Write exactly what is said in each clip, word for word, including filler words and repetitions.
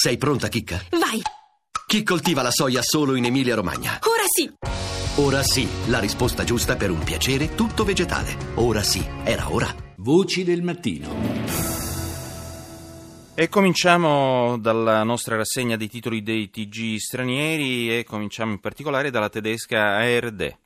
Sei pronta, Chicca? Vai! Chi coltiva la soia solo in Emilia-Romagna? Ora sì! Ora sì, la risposta giusta per un piacere tutto vegetale. Ora sì, era ora. Voci del mattino. E cominciamo dalla nostra rassegna dei titoli dei T G stranieri e cominciamo in particolare dalla tedesca A R D.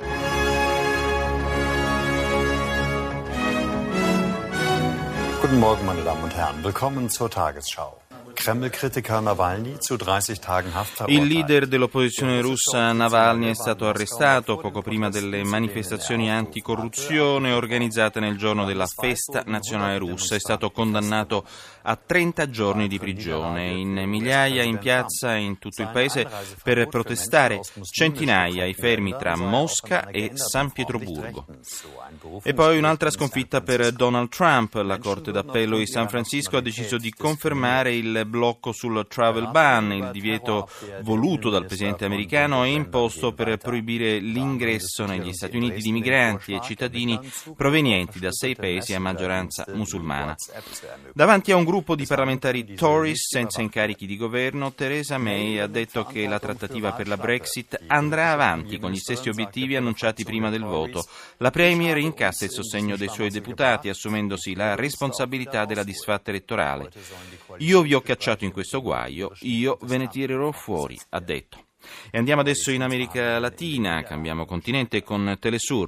Guten Morgen, meine Damen und Herren. Willkommen zur Tagesschau. Kreml-Kritiker Nawalny zu dreißig Tagen Haft verurteilt. Il leader dell'opposizione russa Navalny è stato arrestato poco prima delle manifestazioni anticorruzione organizzate nel giorno della festa nazionale russa. È stato condannato a trenta giorni di prigione. In migliaia in piazza in tutto il paese per protestare, centinaia ai fermi tra Mosca e San Pietroburgo. E poi un'altra sconfitta per Donald Trump. La Corte d'Appello di San Francisco ha deciso di confermare il blocco sul travel ban, il divieto voluto dal presidente americano e imposto per proibire l'ingresso negli Stati Uniti di migranti e cittadini provenienti da sei paesi a maggioranza musulmana. Davanti a un gruppo di parlamentari Tories senza incarichi di governo, Theresa May ha detto che la trattativa per la Brexit andrà avanti con gli stessi obiettivi annunciati prima del voto. La Premier incassa il sostegno dei suoi deputati, assumendosi la responsabilità della disfatta elettorale. Io vi ho cacciato in questo guaio, io ve ne tirerò fuori, ha detto. E andiamo adesso in America Latina, cambiamo continente con Telesur.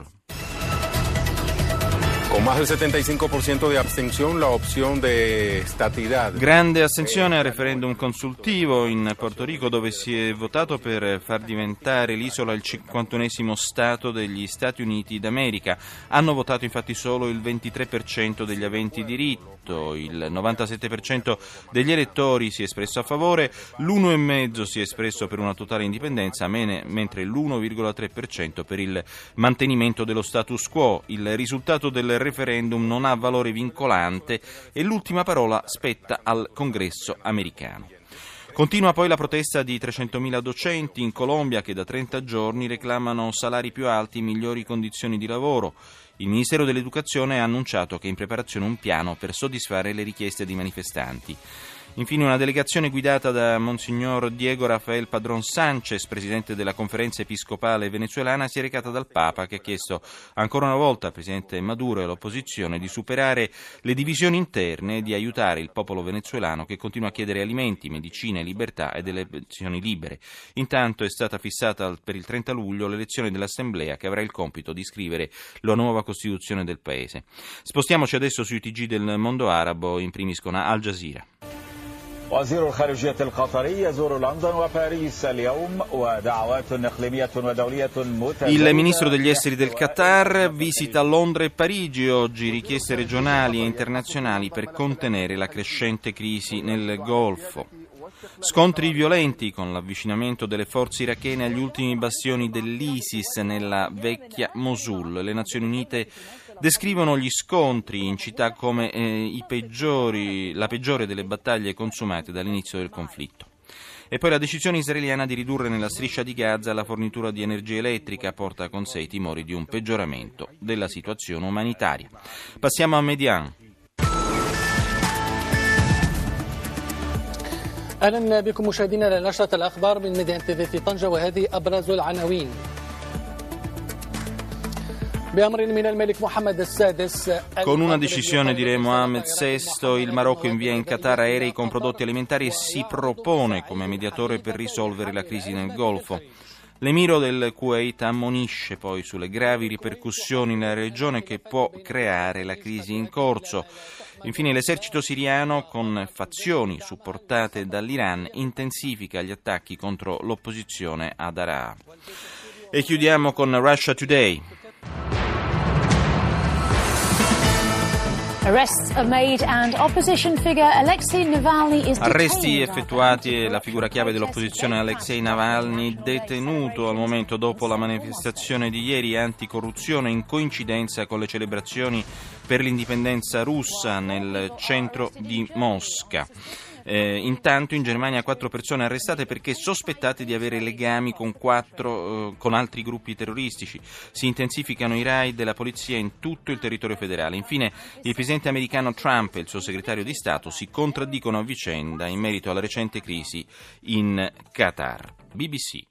Con más del setenta y cinco por ciento de abstención, la opción de estatidad. Grande astensione al referendum consultivo in Porto Rico, dove si è votato per far diventare l'isola il cinquantunesimo Stato degli Stati Uniti d'America. Hanno votato infatti solo il ventitré per cento degli aventi diritto, il novantasette per cento degli elettori si è espresso a favore, l'uno virgola cinque per cento si è espresso per una totale indipendenza, mentre l'uno virgola tre per cento per il mantenimento dello status quo. Il risultato del referendum non ha valore vincolante e l'ultima parola spetta al Congresso americano. Continua poi la protesta di trecentomila docenti in Colombia che da trenta giorni reclamano salari più alti e migliori condizioni di lavoro. Il Ministero dell'Educazione ha annunciato che è in preparazione un piano per soddisfare le richieste dei manifestanti. Infine una delegazione guidata da Monsignor Diego Rafael Padrón Sánchez, presidente della conferenza episcopale venezuelana, si è recata dal Papa, che ha chiesto ancora una volta al presidente Maduro e all'opposizione di superare le divisioni interne e di aiutare il popolo venezuelano che continua a chiedere alimenti, medicine, libertà ed elezioni libere. Intanto è stata fissata per il trenta luglio l'elezione dell'Assemblea che avrà il compito di scrivere la nuova Costituzione del paese. Spostiamoci adesso sui T G del mondo arabo, in primis con Al Jazeera. وزير الخارجية القطري يزور لندن وباريس اليوم ودعوات إقليمية ودولية متزايدة. Il ministro degli esteri del Qatar visita Londra e Parigi oggi, richieste regionali e internazionali per contenere la crescente crisi nel Golfo. Scontri violenti con l'avvicinamento delle forze irachene agli ultimi bastioni dell'ISIS nella vecchia Mosul. Le Nazioni Unite descrivono gli scontri in città come eh, i peggiori, la peggiore delle battaglie consumate dall'inizio del conflitto. E poi la decisione israeliana di ridurre nella striscia di Gaza la fornitura di energia elettrica porta con sé i timori di un peggioramento della situazione umanitaria. Passiamo a Median. أهلا بكم مشاهدينا لنشرة الأخبار من ميدان تي في في طنجة وهذه أبرز العناوين. Con una decisione di Re Mohammed sesto, il Marocco invia in Qatar aerei con prodotti alimentari e si propone come mediatore per risolvere la crisi nel Golfo. L'emiro del Kuwait ammonisce poi sulle gravi ripercussioni nella regione che può creare la crisi in corso. Infine l'esercito siriano, con fazioni supportate dall'Iran, intensifica gli attacchi contro l'opposizione a Daraa. E chiudiamo con Russia Today. Arresti effettuati e la figura chiave dell'opposizione Alexei Navalny detenuto al momento dopo la manifestazione di ieri anticorruzione in coincidenza con le celebrazioni per l'indipendenza russa nel centro di Mosca. Eh, intanto in Germania quattro persone arrestate perché sospettate di avere legami con, quattro, eh, con altri gruppi terroristici. Si intensificano i raid della polizia in tutto il territorio federale. Infine, il presidente americano Trump e il suo segretario di Stato si contraddicono a vicenda in merito alla recente crisi in Qatar. B B C.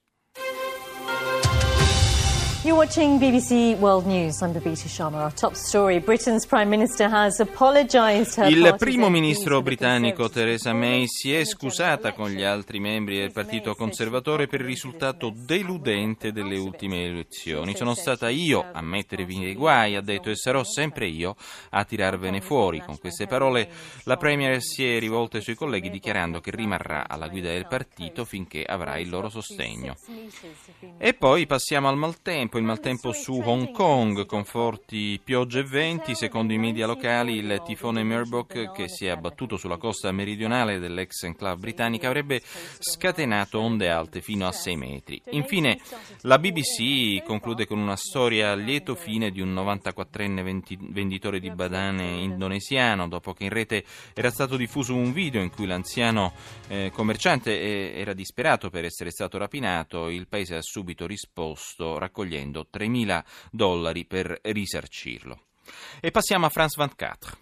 You're watching B B C World News. I'm Babita Sharma. Our top story: Britain's Prime Minister has apologized her Il primo ministro britannico Theresa May si è scusata con gli altri membri del Partito Conservatore per il risultato deludente delle ultime elezioni. Sono stata io a mettervi nei guai, ha detto, e sarò sempre io a tirarvene fuori. Con queste parole la Premier si è rivolta ai suoi colleghi dichiarando che rimarrà alla guida del partito finché avrà il loro sostegno. E poi passiamo al maltempo. Il maltempo su Hong Kong con forti piogge e venti. Secondo i media locali il tifone Merbok, che si è abbattuto sulla costa meridionale dell'ex enclave britannica, avrebbe scatenato onde alte fino a sei metri. Infine la B B C conclude con una storia a lieto fine di un novantaquattrenne venditore di banane indonesiano, dopo che in rete era stato diffuso un video in cui l'anziano eh, commerciante era disperato per essere stato rapinato. Il paese ha subito risposto raccogliendo tremila dollari per risarcirlo. E passiamo a France ventiquattro.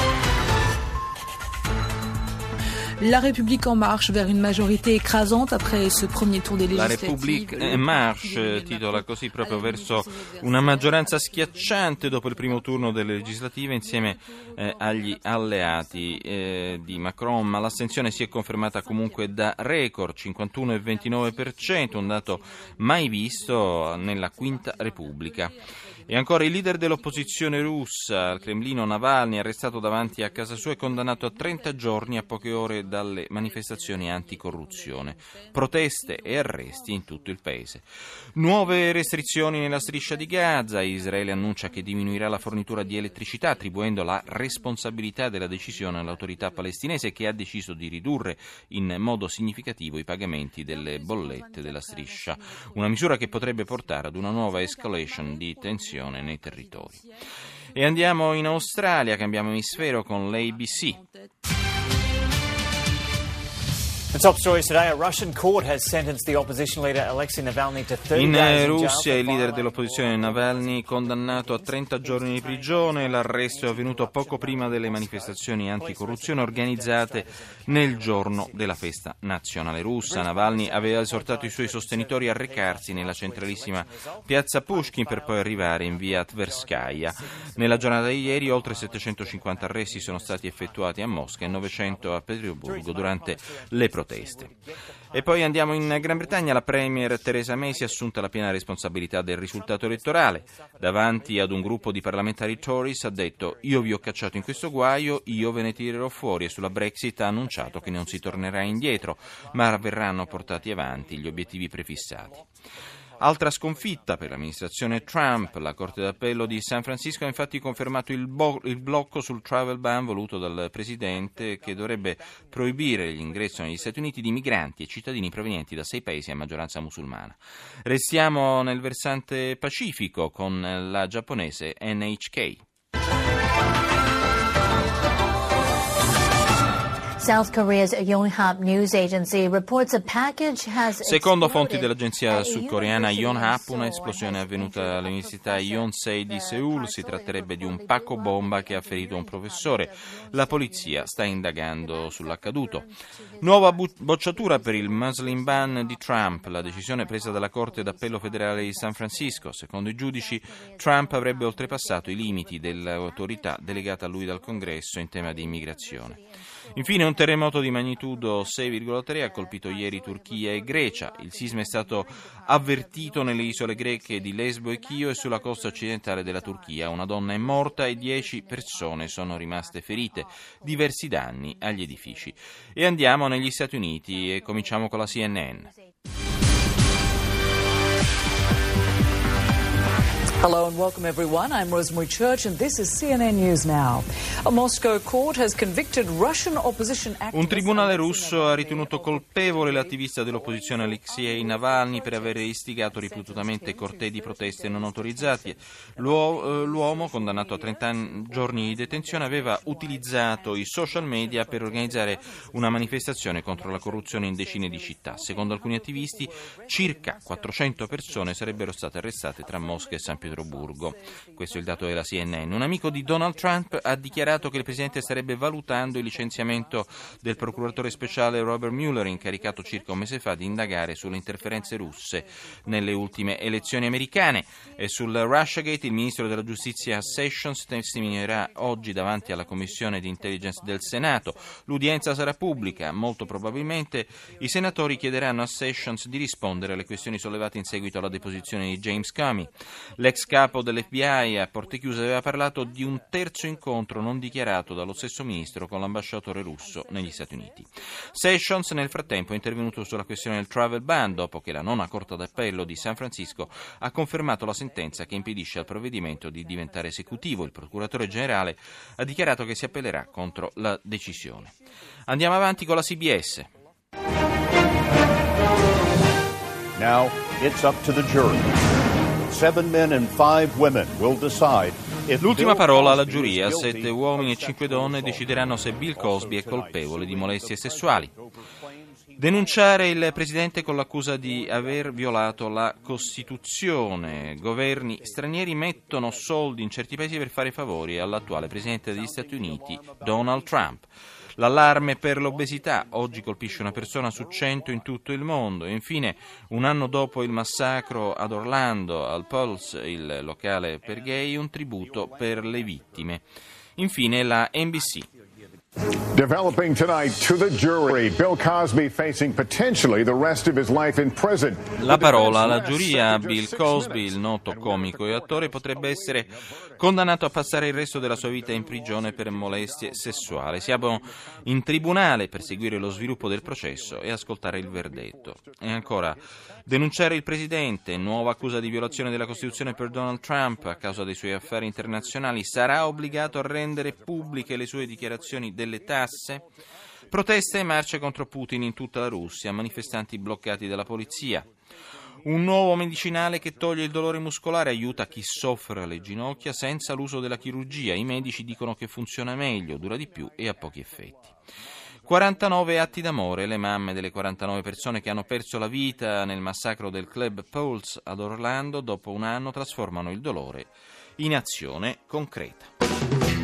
La République en marche vers une majorité écrasante après ce premier tour des législatives. La République en marche titola così proprio verso una maggioranza schiacciante dopo il primo turno delle legislative insieme eh, agli alleati eh, di Macron, ma l'astensione si è confermata comunque da record, cinquantuno virgola ventinove per cento, un dato mai visto nella Quinta Repubblica. E ancora il leader dell'opposizione russa al Cremlino, Navalny, arrestato davanti a casa sua e condannato a trenta giorni a poche ore dalle manifestazioni anticorruzione. Proteste e arresti in tutto il paese. Nuove restrizioni nella striscia di Gaza. Israele annuncia che diminuirà la fornitura di elettricità, attribuendo la responsabilità della decisione all'autorità palestinese, che ha deciso di ridurre in modo significativo i pagamenti delle bollette della striscia. Una misura che potrebbe portare ad una nuova escalation di tensione nei territori. E andiamo in Australia, cambiamo emisfero con l'A B C. The top stories today: a Russian court has sentenced the opposition leader Alexei Navalny to thirty In days in Russia jail il leader dell'opposizione Navalny condannato a trenta giorni di prigione. L'arresto è avvenuto poco prima delle manifestazioni anticorruzione organizzate nel giorno della festa nazionale russa. Navalny aveva esortato i suoi sostenitori a recarsi nella centralissima piazza Pushkin per poi arrivare in via Tverskaya. Nella giornata di ieri oltre settecentocinquanta arresti sono stati effettuati a Mosca e novecento a Pietroburgo durante le proteste. E poi andiamo in Gran Bretagna. La Premier Theresa May si è assunta la piena responsabilità del risultato elettorale. Davanti ad un gruppo di parlamentari Tories ha detto: io vi ho cacciato in questo guaio, io ve ne tirerò fuori, e sulla Brexit ha annunciato che non si tornerà indietro, ma verranno portati avanti gli obiettivi prefissati. Altra sconfitta per l'amministrazione Trump. La Corte d'Appello di San Francisco ha infatti confermato il, bo- il blocco sul travel ban voluto dal presidente, che dovrebbe proibire l'ingresso negli Stati Uniti di migranti e cittadini provenienti da sei paesi a maggioranza musulmana. Restiamo nel versante pacifico con la giapponese N H K. South Korea's Yonhap News Agency reports a package has Secondo fonti dell'agenzia sudcoreana Yonhap, una esplosione è avvenuta all'università Yonsei di Seul. Si tratterebbe di un pacco bomba che ha ferito un professore. La polizia sta indagando sull'accaduto. Nuova bu- bocciatura per il Muslim ban di Trump. La decisione presa dalla Corte d'Appello federale di San Francisco. Secondo i giudici, Trump avrebbe oltrepassato i limiti dell'autorità delegata a lui dal Congresso in tema di immigrazione. Infine un terremoto di magnitudo sei virgola tre ha colpito ieri Turchia e Grecia. Il sisma è stato avvertito nelle isole greche di Lesbo e Chio e sulla costa occidentale della Turchia. Una donna è morta e dieci persone sono rimaste ferite. Diversi danni agli edifici. E andiamo negli Stati Uniti e cominciamo con la C N N. Hello and welcome everyone. I'm Rosemary Church and this is C N N News Now. A Moscow court has convicted Russian opposition activists. Un tribunale russo ha ritenuto colpevole l'attivista dell'opposizione Alexei Navalny per aver istigato ripetutamente cortei di proteste non autorizzati. L'uomo, condannato a trenta giorni di detenzione, aveva utilizzato i social media per organizzare una manifestazione contro la corruzione in decine di città. Secondo alcuni attivisti, circa quattrocento persone sarebbero state arrestate tra Mosca e San Pietroburgo. Questo è il dato della C N N. Un amico di Donald Trump ha dichiarato che il presidente starebbe valutando il licenziamento del procuratore speciale Robert Mueller, incaricato circa un mese fa di indagare sulle interferenze russe nelle ultime elezioni americane. E sul Russiagate il ministro della giustizia Sessions testimonierà oggi davanti alla commissione di intelligence del Senato. L'udienza sarà pubblica. Molto probabilmente i senatori chiederanno a Sessions di rispondere alle questioni sollevate in seguito alla deposizione di James Comey. L'ex capo dell'F B I a porte chiuse aveva parlato di un terzo incontro non dichiarato dallo stesso ministro con l'ambasciatore russo negli Stati Uniti. Sessions nel frattempo è intervenuto sulla questione del travel ban dopo che la nona Corte d'Appello di San Francisco ha confermato la sentenza che impedisce al provvedimento di diventare esecutivo. Il procuratore generale ha dichiarato che si appellerà contro la decisione. Andiamo avanti con la C B S. Now it's up to the jury. Seven men and five women will decide. L'ultima parola alla giuria. Sette uomini e cinque donne decideranno se Bill Cosby è colpevole di molestie sessuali. Denunciare il presidente con l'accusa di aver violato la Costituzione. Governi stranieri mettono soldi in certi paesi per fare favori all'attuale presidente degli Stati Uniti, Donald Trump. L'allarme per l'obesità oggi colpisce una persona su cento in tutto il mondo. E infine, un anno dopo il massacro ad Orlando, al Pulse, il locale per gay, un tributo per le vittime. Infine la N B C. Developing tonight to the jury, Bill Cosby facing potentially the rest of his life in prison. La parola alla giuria. Bill Cosby, il noto comico e attore, potrebbe essere condannato a passare il resto della sua vita in prigione per molestie sessuali. Siamo in tribunale per seguire lo sviluppo del processo e ascoltare il verdetto. E ancora, denunciare il presidente, nuova accusa di violazione della Costituzione per Donald Trump a causa dei suoi affari internazionali. Sarà obbligato a rendere pubbliche le sue dichiarazioni delle tasse? Proteste e marce contro Putin in tutta la Russia, manifestanti bloccati dalla polizia. Un nuovo medicinale che toglie il dolore muscolare, aiuta chi soffre alle ginocchia senza l'uso della chirurgia. I medici dicono che funziona meglio, dura di più e ha pochi effetti. quarantanove atti d'amore. Le mamme delle quarantanove persone che hanno perso la vita nel massacro del club Pulse ad Orlando dopo un anno trasformano il dolore in azione concreta.